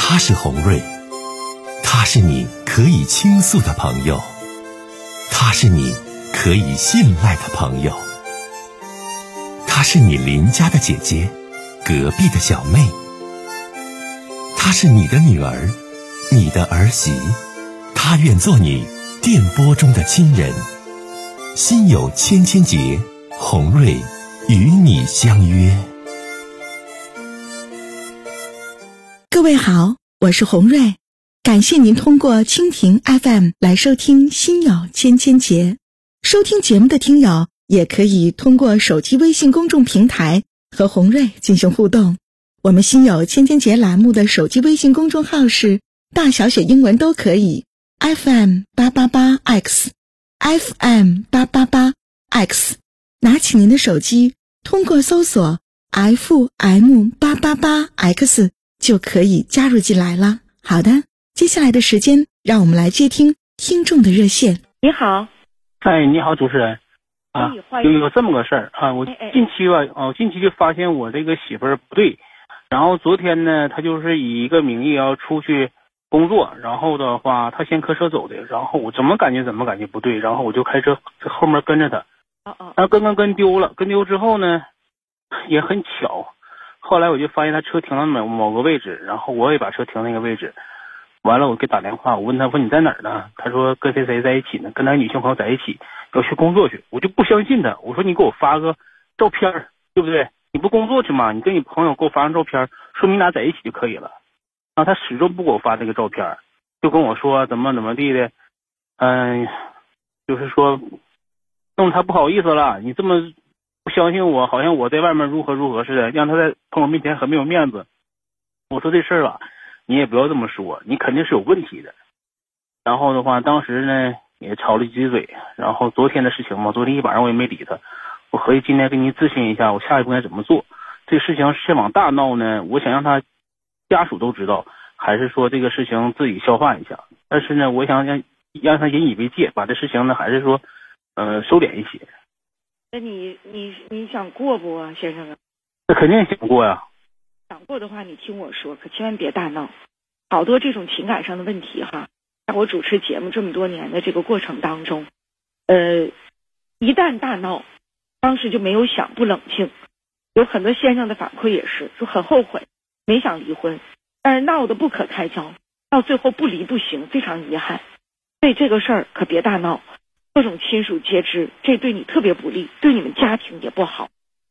他是洪瑞，他是你可以倾诉的朋友，他是你可以信赖的朋友，他是你邻家的姐姐，隔壁的小妹，他是你的女儿，你的儿媳，他愿做你电波中的亲人。心有千千结，洪瑞与你相约。 各位好，我是洪瑞，感谢您通过蜻蜓 FM 来收听心有千千结。收听节目的听友也可以通过手机微信公众平台和洪瑞进行互动。我们心有千千结栏目的手机微信公众号是大小写英文都可以 FM888X FM888X， 拿起您的手机，通过搜索 FM888X 就可以加入进来了。好的，接下来的时间让我们来接听听众的热线。 你好。 哎，你好，主持人啊，有这么个事儿啊，我近期就发现我这个媳妇儿不对，然后昨天呢，她就是以一个名义要出去工作，然后的话，她先开车走的，然后我怎么感觉不对，然后我就开车在后面跟着她，然后跟丢了，跟丢之后呢，也很巧，后来我就发现她车停到某个位置，然后我也把车停那个位置，完了我给打电话，我问她说你在哪儿呢？她说跟谁在一起呢？跟她女性朋友在一起，要去工作去。我就不相信她，我说你给我发个照片，对不对？你不工作去吗？你跟你朋友给我发张照片，说明俩在一起就可以了。然后她始终不给我发这个照片，就跟我说怎么地的，就是说弄她不好意思了，你这么不相信我，好像我在外面如何似的，让她在朋友面前很没有面子。我说这事儿吧，你也不要这么说，你肯定是有问题的。然后的话，当时呢也吵了几嘴，然后昨天的事情嘛，昨天一晚上我也没理他，我合计今天跟您咨询一下，我下一步该怎么做。这个事情是往大闹呢，我想让他家属都知道，还是说这个事情自己消化一下？但是呢，我想让他引以为戒，把这事情呢，还是说收敛一些。 那你想过不啊，先生啊？ 那肯定想过呀。 想过的话，你听我说，可千万别大闹。好多这种情感上的问题哈，在我主持节目这么多年的这个过程当中，一旦大闹，当时就没有想，不冷静。有很多先生的反馈也是，说很后悔，没想离婚，但是闹得不可开交，到最后不离不行，非常遗憾。所以这个事儿可别大闹，各种亲属皆知，这对你特别不利，对你们家庭也不好。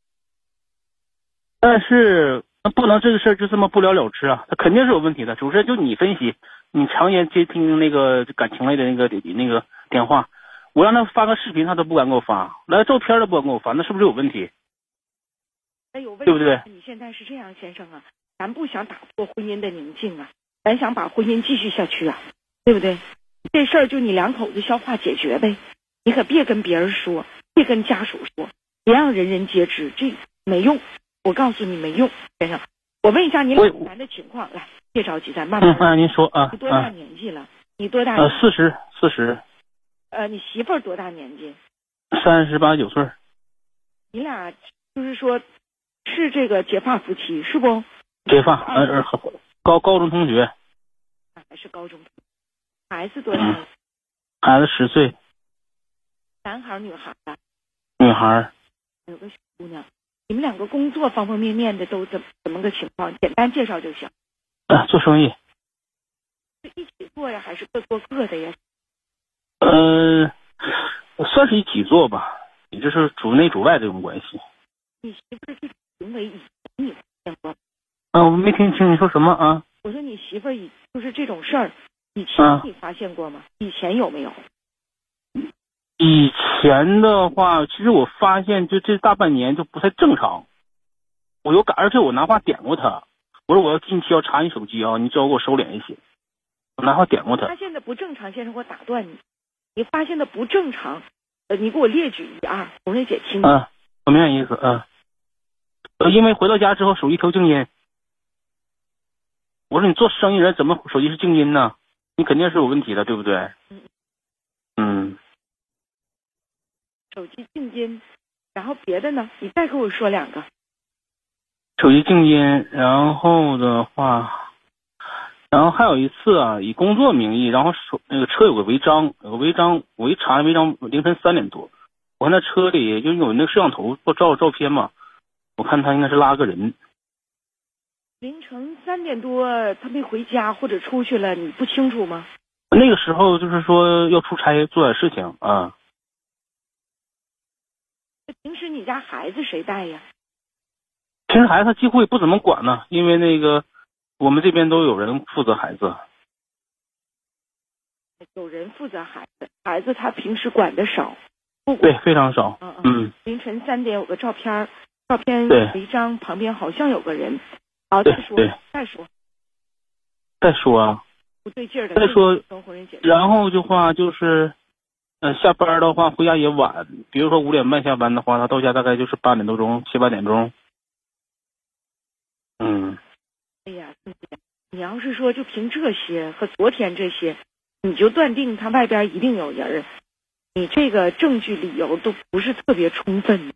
但是不能这个事儿就这么不了了之啊，他肯定是有问题的。主持人就你分析，你常年接听那个感情类的那个电话，我让他发个视频，他都不敢给我发，来照片都不敢给我发，那是不是有问题？ 那有问题， 对不对？ 你现在是这样，先生啊，咱不想打破婚姻的宁静啊，咱想把婚姻继续下去啊，对不对？这事儿就你两口子消化解决呗，你可别跟别人说，别跟家属说，别让人人皆知，这没用。我告诉你没用，先生。我问一下您两男的情况，来，别着急，咱慢慢。 您说啊。 你多大年纪了？你多大 ？40。 你媳妇儿多大年纪 ？38、9岁。 你俩就是说，是这个结发夫妻是不？ 结发，高中同学。 还是高中？孩子多大？ 孩子10岁。 男孩女孩啊？ 女孩。 有个小姑娘。你们两个工作方方面面的都怎么个情况？简单介绍就行。 做生意。 是一起做呀，还是各做各的呀？ 算是一起做吧，也就是主内主外这种关系。 你媳妇儿这种行为以前你发现过？ 我没听清你说什么啊？ 我说你媳妇儿就是这种事儿，以前你发现过吗？以前有没有？ 以前的话，其实我发现就这大半年就不太正常。而且我拿话点过他，我说我近期要查你手机啊，你最好给我收敛一些。我拿话点过他。 发现的不正常，先生，我打断你。你发现的不正常，你给我列举1、2，红瑞姐听。 我明白意思。因为回到家之后手机调静音。我说你做生意人怎么手机是静音呢？你肯定是有问题的，对不对？ 手机静音，然后别的呢？你再给我说2个。 手机静音，然后的话， 然后还有一次啊，以工作名义，然后那个车有个违章，我一查违章，凌晨3点多，我看那车里就有那个摄像头给我照照片嘛，我看他应该是拉个人。 凌晨3点多他没回家或者出去了，你不清楚吗？ 那个时候就是说要出差做点事情啊。 平时你家孩子谁带呀？ 平时孩子他几乎也不怎么管呢，因为那个我们这边都有人负责孩子。 有人负责孩子，孩子他平时管的少，不管。 对，非常少。 凌晨3点有个照片违章，旁边好像有个人。好，再说啊，不对劲儿的。 再说，然后的话就是，下班的话回家也晚，比如说5点半下班的话，他到家大概就是8点多钟，7、8点钟。 哎呀，你要是说就凭这些和昨天这些，你就断定他外边一定有人，你这个证据理由都不是特别充分。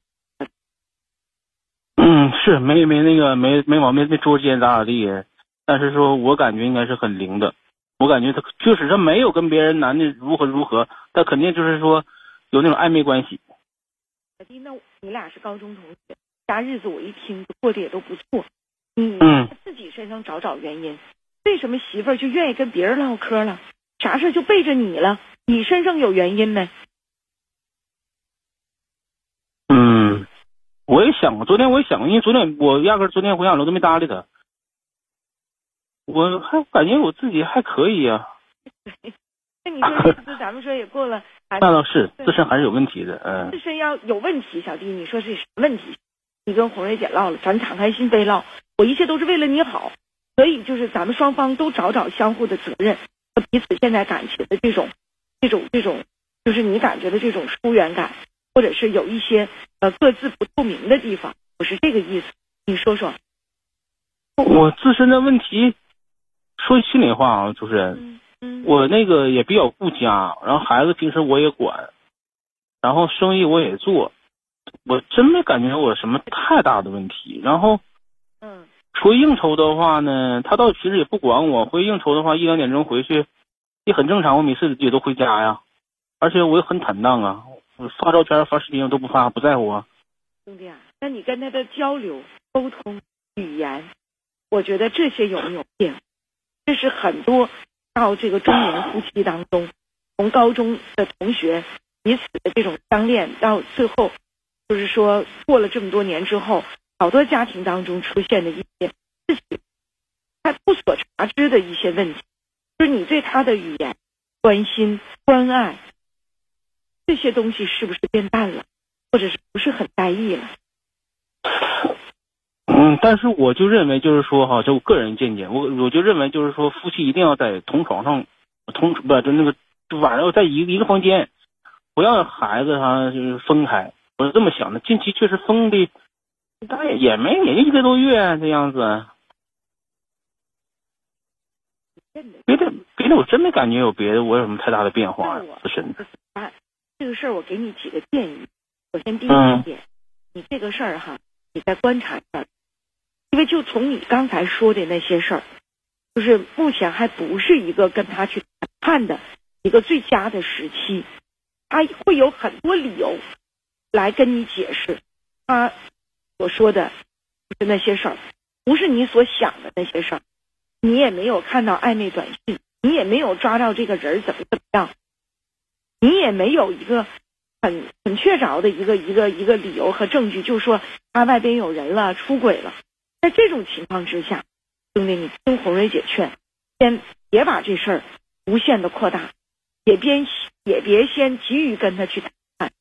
是没毛病，没捉奸咋地，但是说我感觉应该是很灵的，我感觉他确实他没有跟别人男的如何，他肯定就是说有那种暧昧关系。 那你俩是高中同学，家日子我一听过得也都不错，你自己身上找原因，为什么媳妇儿就愿意跟别人唠嗑了？啥事就背着你了？你身上有原因没？ 我也想过，昨天我也想过，因为昨天我压根昨天回家我都没搭理他，我还感觉我自己还可以啊。 那你说日子咱们说也过了， 那倒是自身还是有问题的， 自身要有问题，小弟你说是什么问题？你跟红瑞姐唠了，咱敞开心扉唠，我一切都是为了你好，所以就是咱们双方都找相互的责任和彼此现在感情的这种，就是你感觉的这种疏远感，或者是有一些各自不透明的地方，不是这个意思。你说说。 我自身的问题，说心里话啊，主持人，我那个也比较顾家，然后孩子平时我也管，然后生意我也做，我真没感觉我什么太大的问题。然后，除应酬的话呢，他倒其实也不管我，回应酬的话1、2点钟回去也很正常，我每次也都回家呀，而且我也很坦荡啊。发照片发视频我都不发，不在乎啊。 兄弟啊，那你跟他的交流沟通语言，我觉得这些有没有变？这是很多到这个中年夫妻当中，从高中的同学彼此的这种相恋，到最后就是说过了这么多年之后，好多家庭当中出现的一些自己他不所察知的一些问题，就是你对他的语言关心关爱这些东西是不是变淡了，或者是不是很在意了？ 但是我就认为就是说哈，就我个人见解，我就认为就是说夫妻一定要在同床上，晚上要在一个房间，不要孩子就是分开。我是这么想的，近期确实分的，大概也1个多月这样子。别的我真没感觉有别的，我有什么太大的变化自身的。 这个事儿我给你几个建议。首先第一点，你这个事儿哈，你再观察一下，因为就从你刚才说的那些事儿，就是目前还不是一个跟他去谈判的一个最佳的时期，他会有很多理由来跟你解释他所说的就是那些事儿，不是你所想的那些事儿，你也没有看到暧昧短信，你也没有抓到这个人怎么样，你也没有一个很确凿的一个理由和证据，就是说他外边有人了，出轨了。在这种情况之下，兄弟，你听红瑞姐劝，先别把这事儿无限的扩大，也别先急于跟他去谈判。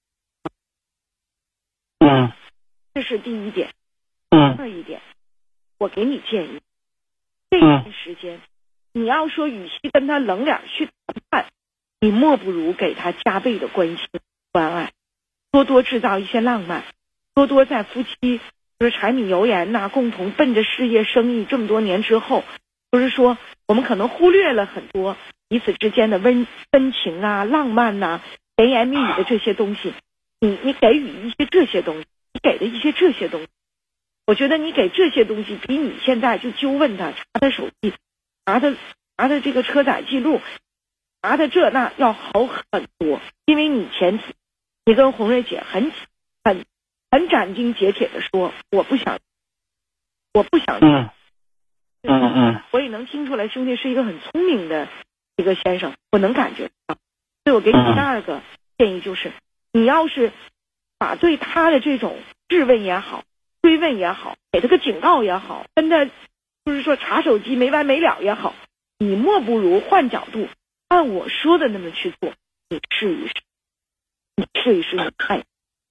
这是第一点。第二一点，我给你建议，这段时间你要说与其跟他冷脸去谈判，你莫不如给他加倍的关心关爱，多多制造一些浪漫，多多在夫妻就是柴米油盐呐，共同奔着事业生意这么多年之后，就是说我们可能忽略了很多彼此之间的温情啊、浪漫呐、甜言蜜语的这些东西，你给予一些这些东西，你给的一些这些东西，我觉得你给这些东西比你现在就纠问他查他手机查的这个车载记录，查的这那要好很多。因为你前提，你跟红瑞姐很斩钉截铁的说，我不想。我也能听出来，兄弟是一个很聪明的一个先生，我能感觉到。所以我给你第二个建议就是，你要是把对他的这种质问也好，追问也好，给他个警告也好，跟他就是说查手机没完没了也好，你莫不如换角度，按我说的那么去做，你试一试，你看。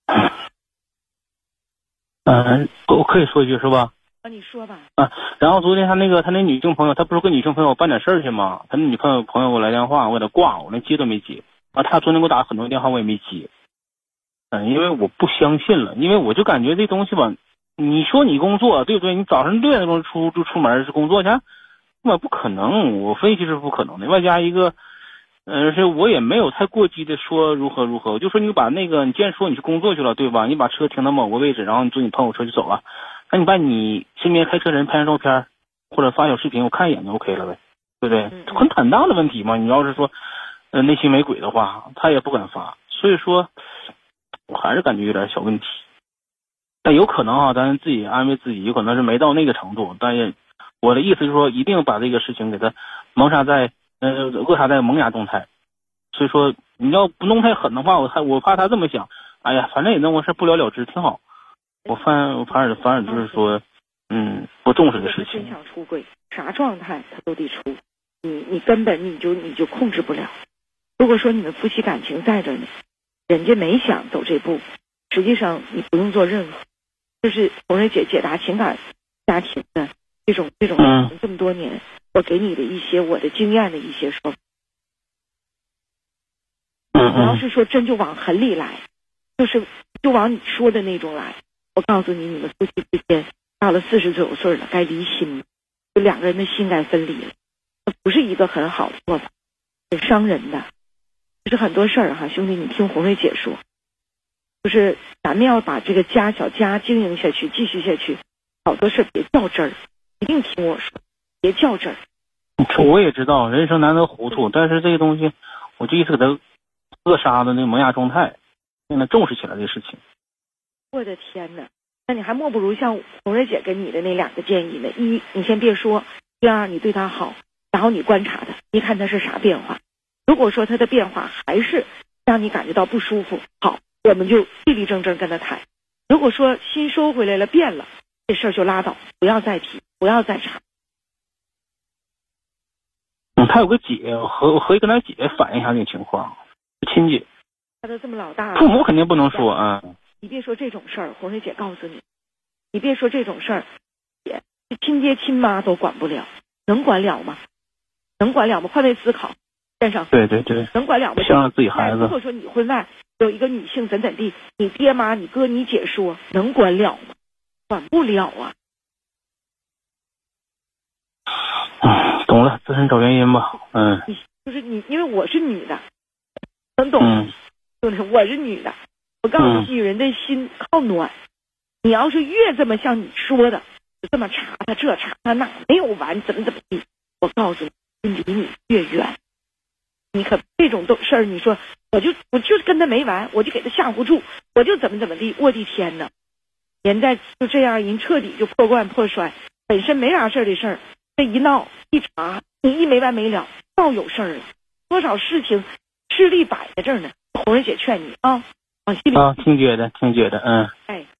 我可以说一句是吧？ 你说吧。 然后昨天他那女性朋友，他不是跟女性朋友办点事儿去吗？他那女朋友给我来电话，我给他挂，我连接都没接。他昨天给我打很多电话，我也没接。因为我不相信了，因为我就感觉这东西吧，你说你工作对不对？你早上6点钟出门是工作去，那不可能，我分析是不可能的。外加一个，是我也没有太过激的说如何，我就说你把你既然说你是工作去了，对吧？你把车停到某个位置，然后你坐你朋友车就走了。那你把你身边开车人拍张照片，或者发小视频，我看一眼就 OK 了呗，对不对？很坦荡的问题嘛。你要是说内心没鬼的话，他也不敢发。所以说，我还是感觉有点小问题。但有可能咱自己安慰自己，有可能是没到那个程度。但是我的意思是说，一定把这个事情给他扼杀在萌芽动态。所以说，你要不弄太狠的话，我怕他这么想，哎呀，反正也弄个事不了了之，挺好。我反而就是说，不重视的事情。 真想出轨，啥状态他都得出，你根本你就控制不了。如果说你们夫妻感情在这呢，人家没想走这步，实际上你不用做任何，就是红瑞姐解答情感家庭的这种这么多年，我给你的一些我的经验的一些说法。你要是说真就往狠里来，就往你说的那种来。我告诉你，你们夫妻之间到了49岁了，该离心了，就两个人的心该分离了，不是一个很好的做法，很伤人的。就是很多事儿兄弟，你听红瑞姐说，就是咱们要把这个小家经营下去，继续下去，好多事别较真儿，一定听我说，别较真儿。 我也知道人生难得糊涂，但是这个东西，我就一直给他扼杀的那个萌芽状态，现在重视起来这个事情。 我的天哪，那你还莫不如像红瑞姐给你的那2个建议呢。一，你先别说；第二，你对他好，然后你观察他，你看他是啥变化。如果说他的变化还是让你感觉到不舒服，好，我们就立立正正跟他谈。如果说心收回来了，变了，这事儿就拉倒，不要再提，不要再查。 他有个姐，我可以跟他姐反映一下这个情况，亲姐。 他都这么老大了， 父母肯定不能说你别说这种事儿，红瑞姐告诉你，你别说这种事儿，亲爹亲妈都管不了，能管了吗？换位思考，先生。 对， 能管了吗？ 想让自己孩子。 如果说你婚外有一个女性怎地，你爹妈、你哥、你姐说，能管了吗？管不了啊。 懂了，自身找原因吧。 就是你，因为我是女的，能懂？就是我是女的。我告诉你，女人的心靠暖。你要是越这么像你说的，就这么查他这查他那，没有完，怎么地，我告诉你，离你越远。你可这种事儿，你说我就是跟他没完，我就给他吓唬住，我就怎么地，我的天哪！人家就这样，人彻底就破罐破摔，本身没啥事儿的事儿，这一闹一查，你一没完没了，倒有事儿了。多少事情事例摆在这儿呢？红瑞姐劝你往心里。 听姐的， 哎。